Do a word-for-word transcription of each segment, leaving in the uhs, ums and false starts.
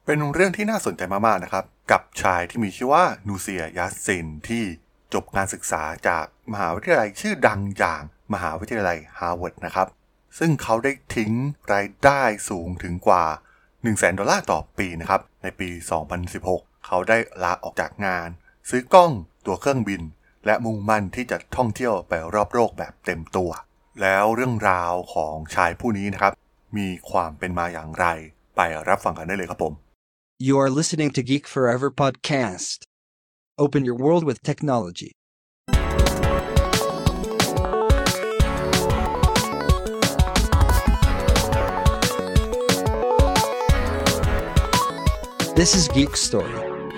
เป็นเรื่องที่น่าสนใจมากๆนะครับกับชายที่มีชื่อว่านูเซียยัสซินที่จบการศึกษาจากมหาวิทยาลัยชื่อดังอย่างมหาวิทยาลัยฮาร์วาร์ดนะครับซึ่งเขาได้ทิ้งรายได้สูงถึงกว่า หนึ่งแสน ดอลลาร์ต่อปีนะครับในปี สองพันสิบหก เขาได้ลาออกจากงานซื้อกล้องตั๋วเครื่องบินและมุ่งมั่นที่จะท่องเที่ยวไปรอบโลกแบบเต็มตัวแล้วเรื่องราวของชายผู้นี้นะครับมีความเป็นมาอย่างไรไปรับฟังกันได้เลยครับผม You are listening to Geek Forever podcast. Open your world with technology. This is Geek Story.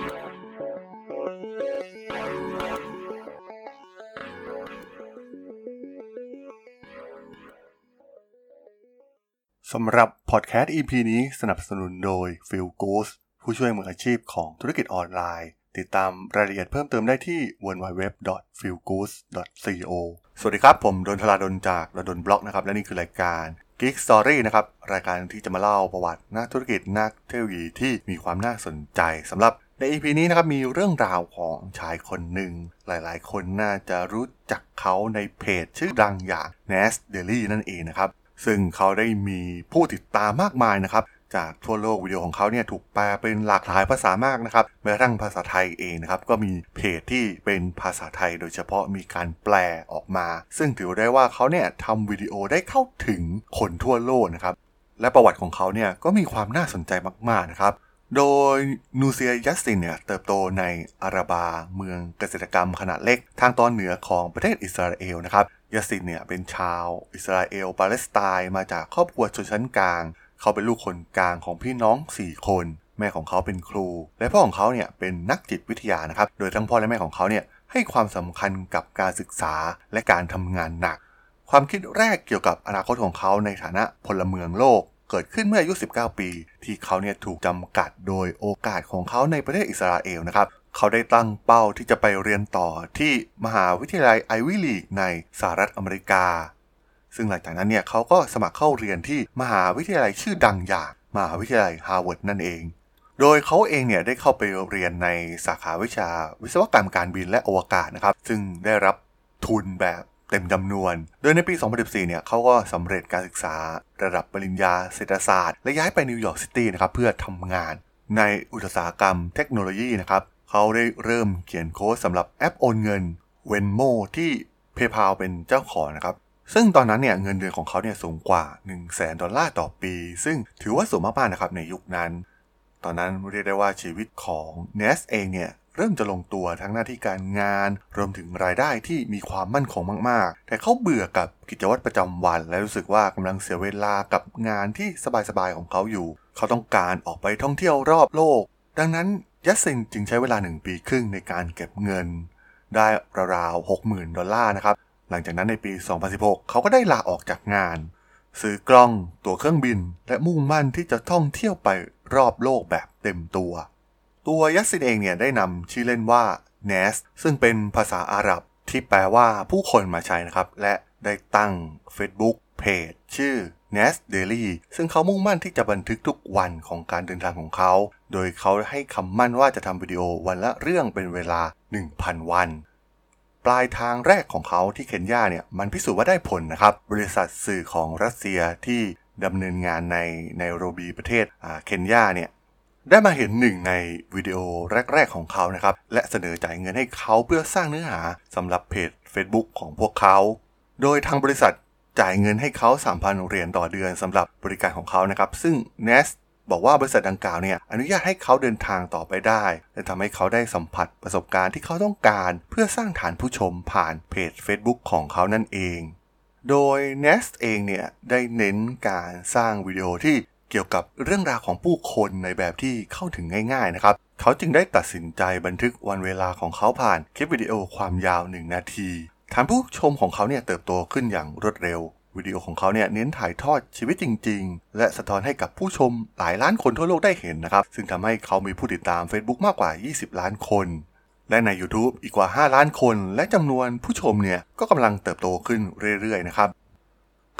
สำหรับพอดแคสต์ อี พี นี้สนับสนุนโดย Feel Good ผู้ช่วยมืออาชีพของธุรกิจออนไลน์ติดตามรายละเอียดเพิ่มเติมได้ที่ ดับเบิลยู ดับเบิลยู ดับเบิลยู ดอท ฟีลกู๊ด ดอท ซี โอ สวัสดีครับผมดนทราดลจากดลบล็อกนะครับและนี่คือรายการ Geek Story นะครับรายการที่จะมาเล่าประวัตินักธุรกิจนักเทคโนโลยีที่มีความน่าสนใจสำหรับใน อี พี นี้นะครับมีเรื่องราวของชายคนหนึ่งหลายๆคนน่าจะรู้จักเขาในเพจชื่อดังอย่าง เน เอส Daily นั่นเองนะครับซึ่งเขาได้มีผู้ติดตามมากมายนะครับจากทั่วโลกวิดีโอของเขาเนี่ยถูกแปลเป็นหลากหลายภาษามากนะครับแม้กระทั่งภาษาไทยเองนะครับก็มีเพจที่เป็นภาษาไทยโดยเฉพาะมีการแปลออกมาซึ่งถือได้ว่าเขาเนี่ยทำวิดีโอได้เข้าถึงคนทั่วโลกนะครับและประวัติของเขาเนี่ยก็มีความน่าสนใจมากๆนะครับโดยนูเซียยัสซินเนี่ยเติบโตในอาราบาเมืองเกษตรกรรมขนาดเล็กทางตอนเหนือของประเทศอิสราเอลนะครับยัสซินเนี่ยเป็นชาวอิสราเอลปาเลสไตน์มาจากครอบครัวชนชั้นกลางเขาเป็นลูกคนกลางของพี่น้องสี่คนแม่ของเขาเป็นครูและพ่อของเขาเนี่ยเป็นนักจิตวิทยานะครับโดยทั้งพ่อและแม่ของเขาเนี่ยให้ความสำคัญกับการศึกษาและการทำงานหนักความคิดแรกเกี่ยวกับอนาคตของเขาในฐานะพลเมืองโลกเกิดขึ้นเมื่ออายุสิบเก้าปีที่เขาเนี่ยถูกจำกัดโดยโอกาสของเขาในประเทศอิสราเอลนะครับเขาได้ตั้งเป้าที่จะไปเรียนต่อที่มหาวิทยาลัยไอวี่ลีกในสหรัฐอเมริกาซึ่งหลังจากนั้นเนี่ยเขาก็สมัครเข้าเรียนที่มหาวิทยาลัยชื่อดังอย่างมหาวิทยาลัยฮาร์วาร์ดนั่นเองโดยเขาเองเนี่ยได้เข้าไปเรียนในสาขาวิชาวิศวกรรมการบินและอวกาศนะครับซึ่งได้รับทุนแบบเต็มจำนวนโดยในปี สองพันสิบสี่ เนี่ยเขาก็สำเร็จการศึกษาระดับปริญญาเศรษฐศาสตร์และย้ายไปนิวยอร์กซิตี้นะครับเพื่อทำงานในอุตสาหกรรมเทคโนโลยีนะครับเขาได้เริ่มเขียนโค้ดสำหรับแอปโอนเงิน Venmo ที่ PayPal เป็นเจ้าของนะครับซึ่งตอนนั้นเนี่ยเงินเดือนของเขาเนี่ยสูงกว่า หนึ่งแสน ดอลลาร์ต่อปีซึ่งถือว่าสูงมากๆนะครับในยุคนั้นตอนนั้นเรียกได้ว่าชีวิตของ เน เอส เองเนี่ยเริ่มจะลงตัวทั้งหน้าที่การงานรวมถึงรายได้ที่มีความมั่นคงมากๆแต่เขาเบื่อกับกิจวัตรประจำวันและรู้สึกว่ากำลังเสียเวลากับงานที่สบายๆของเขาอยู่เขาต้องการออกไปท่องเที่ยวรอบโลกดังนั้นยัสซินจึงใช้เวลาหนึ่งปีครึ่งในการเก็บเงินได้ราวๆ หกหมื่น ดอลลาร์นะครับหลังจากนั้นในปี สองพันสิบหก เขาก็ได้ลาออกจากงานซื้อกล้องตั๋วเครื่องบินและมุ่งมั่นที่จะท่องเที่ยวไปรอบโลกแบบเต็มตัวตัวยัสซินเองเนี่ยได้นำชื่อเล่นว่า เน เอส ซึ่งเป็นภาษาอาหรับที่แปลว่าผู้คนมาใช้นะครับและได้ตั้ง Facebook เพจชื่อ เน เอส Daily ซึ่งเขามุ่งมั่นที่จะบันทึกทุกวันของการเดินทางของเขาโดยเขาให้คำมั่นว่าจะทำวิดีโอวันละเรื่องเป็นเวลา หนึ่งพัน วันปลายทางแรกของเขาที่เคนยาเนี่ยมันพิสูจน์ว่าได้ผลนะครับบริษัทสื่อของรัสเซียที่ดำเนินงานในไนโรบีประเทศเคนยาเนี่ยได้มาเห็นหนึ่งในวิดีโอแรกๆของเขานะครับและเสนอจ่ายเงินให้เขาเพื่อสร้างเนื้อหาสำหรับเพจ Facebook ของพวกเขาโดยทางบริษัทจ่ายเงินให้เขา สามพัน เหรียญต่อเดือนสำหรับบริการของเขานะครับซึ่ง เน เอส บอกว่าบริษัทดังกล่าวเนี่ยอนุญาตให้เขาเดินทางต่อไปได้และทำให้เขาได้สัมผัสประสบการณ์ที่เขาต้องการเพื่อสร้างฐานผู้ชมผ่านเพจ Facebook ของเขานั่นเองโดย เน เอส เองเนี่ยได้เน้นการสร้างวิดีโอที่เกี่ยวกับเรื่องราวของผู้คนในแบบที่เข้าถึงง่ายๆนะครับเขาจึงได้ตัดสินใจบันทึกวันเวลาของเขาผ่านคลิปวิดีโอความยาวหนึ่งนาทีฐานผู้ชมของเขาเนี่ยเติบโตขึ้นอย่างรวดเร็ววิดีโอของเขาเนี่ยเน้นถ่ายทอดชีวิตจริงๆและสะท้อนให้กับผู้ชมหลายล้านคนทั่วโลกได้เห็นนะครับซึ่งทำให้เขามีผู้ติดตาม Facebook มากกว่ายี่สิบล้านคนและใน YouTube อีกกว่าห้าล้านคนและจำนวนผู้ชมเนี่ยก็กำลังเติบโตขึ้นเรื่อยๆนะครับ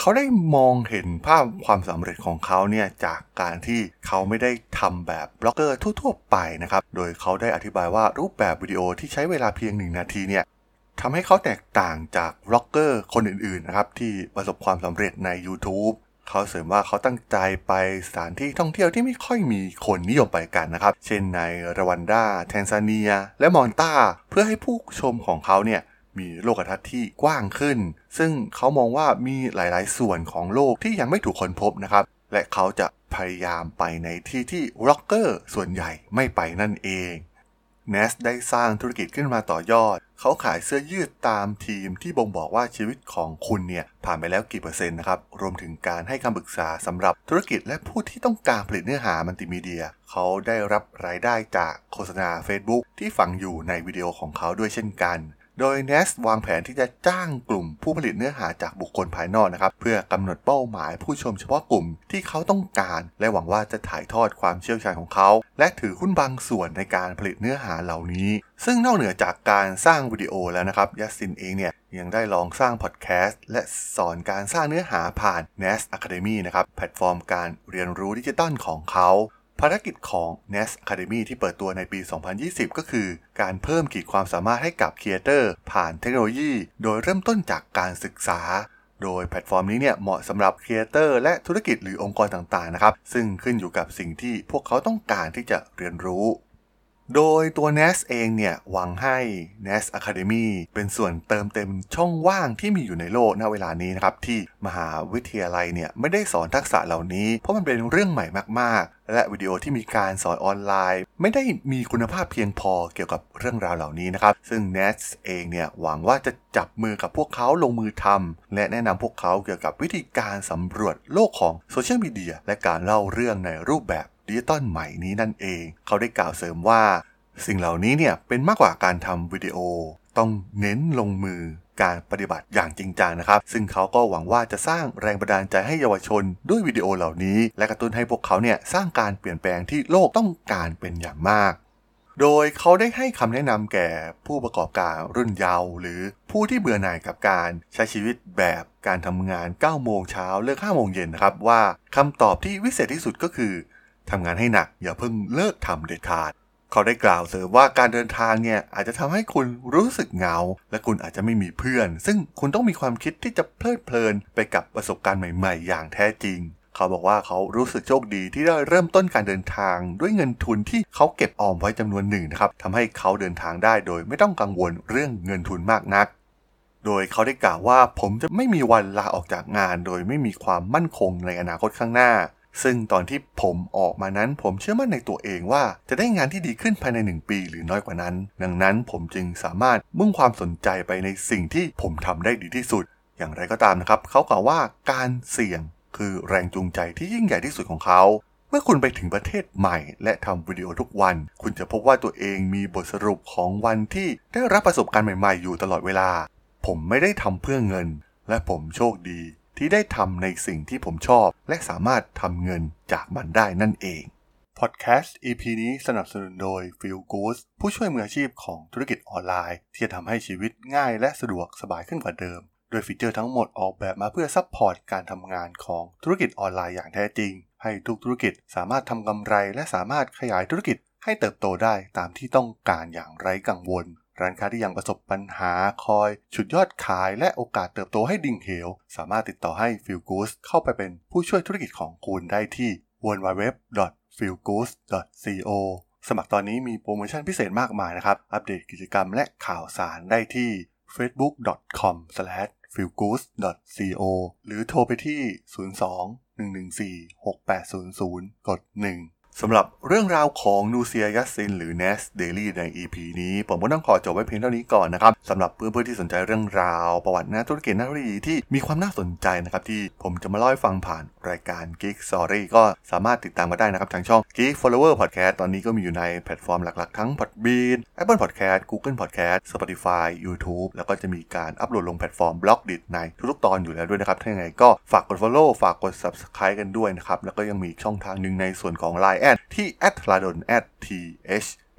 เขาได้มองเห็นภาพความสำเร็จของเขาเนี่ยจากการที่เขาไม่ได้ทำแบบบล็อกเกอร์ทั่วๆไปนะครับโดยเขาได้อธิบายว่ารูปแบบวิดีโอที่ใช้เวลาเพียงหนึ่งนาทีเนี่ยทำให้เขาแตกต่างจากบล็อกเกอร์คนอื่นๆนะครับที่ประสบความสำเร็จใน YouTube เขาเสริมว่าเขาตั้งใจไปสถานที่ท่องเที่ยวที่ไม่ค่อยมีคนนิยมไปกันนะครับเช่นในรวันดาแทนซาเนียและมอนตาเพื่อให้ผู้ชมของเขาเนี่ยมีโลกทัศน์ที่กว้างขึ้นซึ่งเขามองว่ามีหลายๆส่วนของโลกที่ยังไม่ถูกค้นพบนะครับและเขาจะพยายามไปในที่ที่บล็อกเกอร์ส่วนใหญ่ไม่ไปนั่นเองเนสได้สร้างธุรกิจขึ้นมาต่อยอดเขาขายเสื้อยืดตามทีมที่บ่งบอกว่าชีวิตของคุณเนี่ยผ่านไปแล้วกี่เปอร์เซ็นต์นะครับรวมถึงการให้คำปรึกษาสำหรับธุรกิจและผู้ที่ต้องการผลิตเนื้อหามัลติมีเดียเขาได้รับรายได้จากโฆษณา Facebook ที่ฝังอยู่ในวิดีโอของเขาด้วยเช่นกันโดย เนส วางแผนที่จะจ้างกลุ่มผู้ผลิตเนื้อหาจากบุคคลภายนอกนะครับเพื่อกำหนดเป้าหมายผู้ชมเฉพาะกลุ่มที่เขาต้องการและหวังว่าจะถ่ายทอดความเชี่ยวชาญของเขาและถือหุ้นบางส่วนในการผลิตเนื้อหาเหล่านี้ซึ่งนอกเหนือจากการสร้างวิดีโอแล้วนะครับยัสซินเองเนี่ยยังได้ลองสร้างพอดแคสต์และสอนการสร้างเนื้อหาผ่าน เนส Academy นะครับแพลตฟอร์มการเรียนรู้ดิจิทัลของเขาภารกิจของ เนส Academy ที่เปิดตัวในปี สองพันยี่สิบ ก็คือการเพิ่มขีดความสามารถให้กับครีเอเตอร์ผ่านเทคโนโลยีโดยเริ่มต้นจากการศึกษาโดยแพลตฟอร์มนี้เนี่ยเหมาะสำหรับครีเอเตอร์และธุรกิจหรือองค์กรต่างๆนะครับซึ่งขึ้นอยู่กับสิ่งที่พวกเขาต้องการที่จะเรียนรู้โดยตัว เนส เองเนี่ยหวังให้ เนส Academy เป็นส่วนเติมเต็มช่องว่างที่มีอยู่ในโลกณเวลานี้นะครับที่มหาวิทยาลัยเนี่ยไม่ได้สอนทักษะเหล่านี้เพราะมันเป็นเรื่องใหม่มากๆและวิดีโอที่มีการสอนออนไลน์ไม่ได้มีคุณภาพเพียงพอเกี่ยวกับเรื่องราวเหล่านี้นะครับซึ่ง เนส เองเนี่ยหวังว่าจะจับมือกับพวกเขาลงมือทำและแนะนำพวกเขาเกี่ยวกับวิธีการสำรวจโลกของโซเชียลมีเดียและการเล่าเรื่องในรูปแบบดิจิตอลใหม่นี้นั่นเองเขาได้กล่าวเสริมว่าสิ่งเหล่านี้เนี่ยเป็นมากกว่าการทำวิดีโอต้องเน้นลงมือการปฏิบัติอย่างจริงจังนะครับซึ่งเขาก็หวังว่าจะสร้างแรงบันดาลใจให้เยาวชนด้วยวิดีโอเหล่านี้และกระตุ้นให้พวกเขาเนี่ยสร้างการเปลี่ยนแปลงที่โลกต้องการเป็นอย่างมากโดยเขาได้ให้คำแนะนำแก่ผู้ประกอบการรุ่นเยาว์หรือผู้ที่เบื่อหน่ายกับการใช้ชีวิตแบบการทำงาน เก้าโมงเช้าเลิก ห้าโมงเย็นนะครับว่าคำตอบที่วิเศษที่สุดก็คือทำงานให้หนักอย่าเพิ่งเลิกทำเด็ดขาดเขาได้กล่าวเสริมว่าการเดินทางเนี่ยอาจจะทำให้คุณรู้สึกเหงาและคุณอาจจะไม่มีเพื่อนซึ่งคุณต้องมีความคิดที่จะเพลิดเพลินไปกับประสบการณ์ใหม่ๆอย่างแท้จริงเขาบอกว่าเขารู้สึกโชคดีที่ได้เริ่มต้นการเดินทางด้วยเงินทุนที่เขาเก็บออมไว้จำนวนหนึ่งนะครับทำให้เขาเดินทางได้โดยไม่ต้องกังวลเรื่องเงินทุนมากนักโดยเขาได้กล่าวว่าผมจะไม่มีวันลาออกจากงานโดยไม่มีความมั่นคงในอนาคตข้างหน้าซึ่งตอนที่ผมออกมานั้นผมเชื่อมั่นในตัวเองว่าจะได้งานที่ดีขึ้นภายในหนึ่งปีหรือน้อยกว่านั้นดังนั้นผมจึงสามารถมุ่งความสนใจไปในสิ่งที่ผมทำได้ดีที่สุดอย่างไรก็ตามนะครับเขากล่าวว่าการเสี่ยงคือแรงจูงใจที่ยิ่งใหญ่ที่สุดของเขาเมื่อคุณไปถึงประเทศใหม่และทำวิดีโอทุกวันคุณจะพบว่าตัวเองมีบทสรุปของวันที่ได้รับประสบการณ์ใหม่ๆอยู่ตลอดเวลาผมไม่ได้ทำเพื่อเงินและผมโชคดีที่ได้ทำในสิ่งที่ผมชอบและสามารถทำเงินจากมันได้นั่นเองพอดแคสต์ อี พี นี้สนับสนุนโดย Feel Good ผู้ช่วยมืออาชีพของธุรกิจออนไลน์ที่จะทำให้ชีวิตง่ายและสะดวกสบายขึ้นกว่าเดิมโดยฟีเจอร์ทั้งหมดออกแบบมาเพื่อซัพพอร์ตการทำงานของธุรกิจออนไลน์อย่างแท้จริงให้ทุกธุรกิจสามารถทำกำไรและสามารถขยายธุรกิจให้เติบโตได้ตามที่ต้องการอย่างไร้กังวลร้านค้าที่ยังประสบปัญหาคอยฉุดยอดขายและโอกาสเติบโตให้ดิ่งเหวสามารถติดต่อให้ Feel Good เข้าไปเป็นผู้ช่วยธุรกิจของคุณได้ที่ ดับเบิลยู ดับเบิลยู ดับเบิลยู ดอท ฟีลกู๊ด ดอท ซี โอ สมัครตอนนี้มีโปรโมชั่นพิเศษมากมายนะครับอัปเดตกิจกรรมและข่าวสารได้ที่ เฟซบุ๊ก ดอท คอม สแลช ฟีลกู๊ด ดอท ซี โอ หรือโทรไปที่ ศูนย์ สอง หนึ่ง หนึ่ง สี่ หก แปด ศูนย์ ศูนย์ กด หนึ่งสำหรับเรื่องราวของนูเซียยัสซินหรือ เนส Daily ใน อี พี นี้ผมก็ต้องขอจบไว้เพียงเท่านี้ก่อนนะครับสำหรับเพื่อนๆที่สนใจเรื่องราวประวัตินักธุรกิจนักธุรกิจที่มีความน่าสนใจนะครับที่ผมจะมาเล่าให้ฟังผ่านรายการ Geek Story ก็สามารถติดตามมาได้นะครับทางช่อง Geek Flower Podcast ตอนนี้ก็มีอยู่ในแพลตฟอร์มหลักๆทั้ง Podbean Apple Podcast Google Podcast Spotify YouTube แล้วก็จะมีการอัปโหลดลงแพลตฟอร์ม Blogdit ในทุกๆตอนอยู่แล้วด้วยนะครับถ้าอย่างไรก็ฝากกด Follow ฝากกด Subscribe กันด้วยนะครับแล้วก็ยังมีช่องทางนึงในส่วนของ ไลน์ แอดที่ แอท ทาราดล แอท ที เอช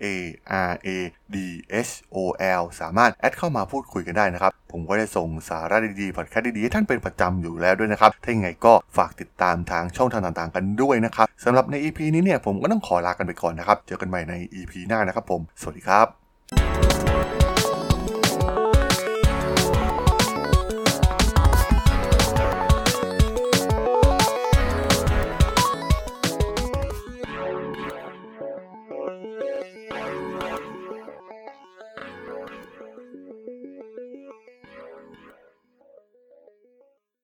A R A D H O L สามารถแอดเข้ามาพูดคุยกันได้นะครับผมก็ได้ส่งสาระดีๆพอดแคสต์ดีๆให้ท่านเป็นประจำอยู่แล้วด้วยนะครับถ้าอย่างไรก็ฝากติดตามทางช่องทางต่างๆกันด้วยนะครับสำหรับใน อี พี นี้เนี่ยผมก็ต้องขอลากันไปก่อนนะครับเจอกันใหม่ใน อี พี หน้านะครับผมสวัสดีครับ